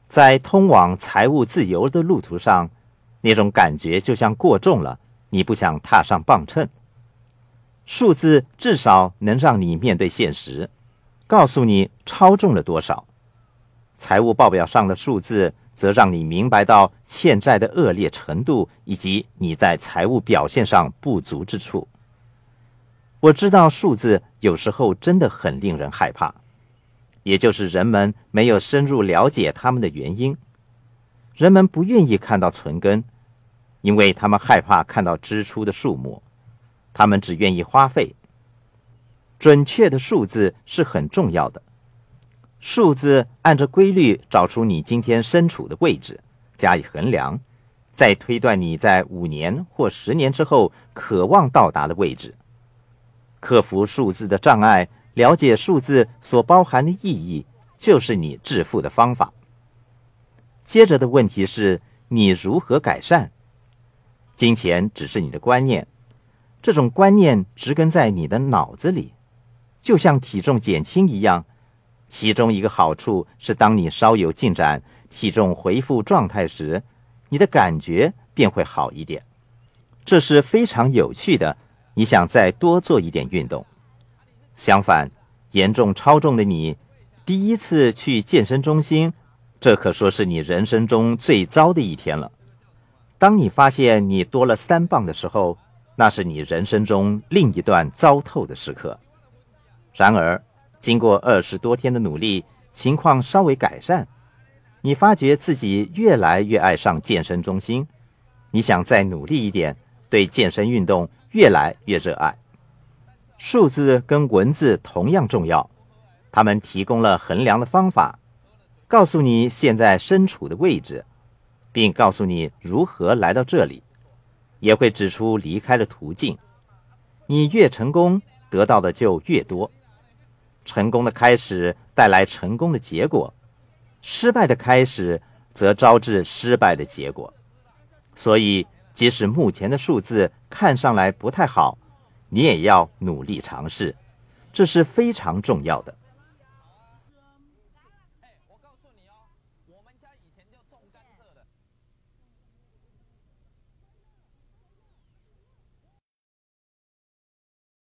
在通往财务自由的路途上，那种感觉就像过重了，你不想踏上磅秤。数字至少能让你面对现实，告诉你超重了多少。财务报表上的数字则让你明白到欠债的恶劣程度，以及你在财务表现上不足之处。我知道数字有时候真的很令人害怕，也就是人们没有深入了解它们的原因。人们不愿意看到存根，因为他们害怕看到支出的数目，他们只愿意花费。准确的数字是很重要的。数字按着规律找出你今天身处的位置，加以衡量，再推断你在5年或10年之后渴望到达的位置。克服数字的障碍，了解数字所包含的意义，就是你致富的方法。接着的问题是，你如何改善？金钱只是你的观念，这种观念植根在你的脑子里，就像体重减轻一样。其中一个好处是，当你稍有进展，体重恢复状态时，你的感觉便会好一点。这是非常有趣的，你想再多做一点运动。相反，严重超重的你，第一次去健身中心，这可说是你人生中最糟的一天了。当你发现你多了3磅的时候，那是你人生中另一段糟透的时刻。然而，经过20多天的努力，情况稍微改善，你发觉自己越来越爱上健身中心，你想再努力一点，对健身运动越来越热爱。数字跟文字同样重要，它们提供了衡量的方法，告诉你现在身处的位置，并告诉你如何来到这里，也会指出离开的途径。你越成功，得到的就越多。成功的开始带来成功的结果，失败的开始则招致失败的结果。所以，即使目前的数字看上来不太好，你也要努力尝试，这是非常重要的。 我告诉你哦，我们家以前就种甘蔗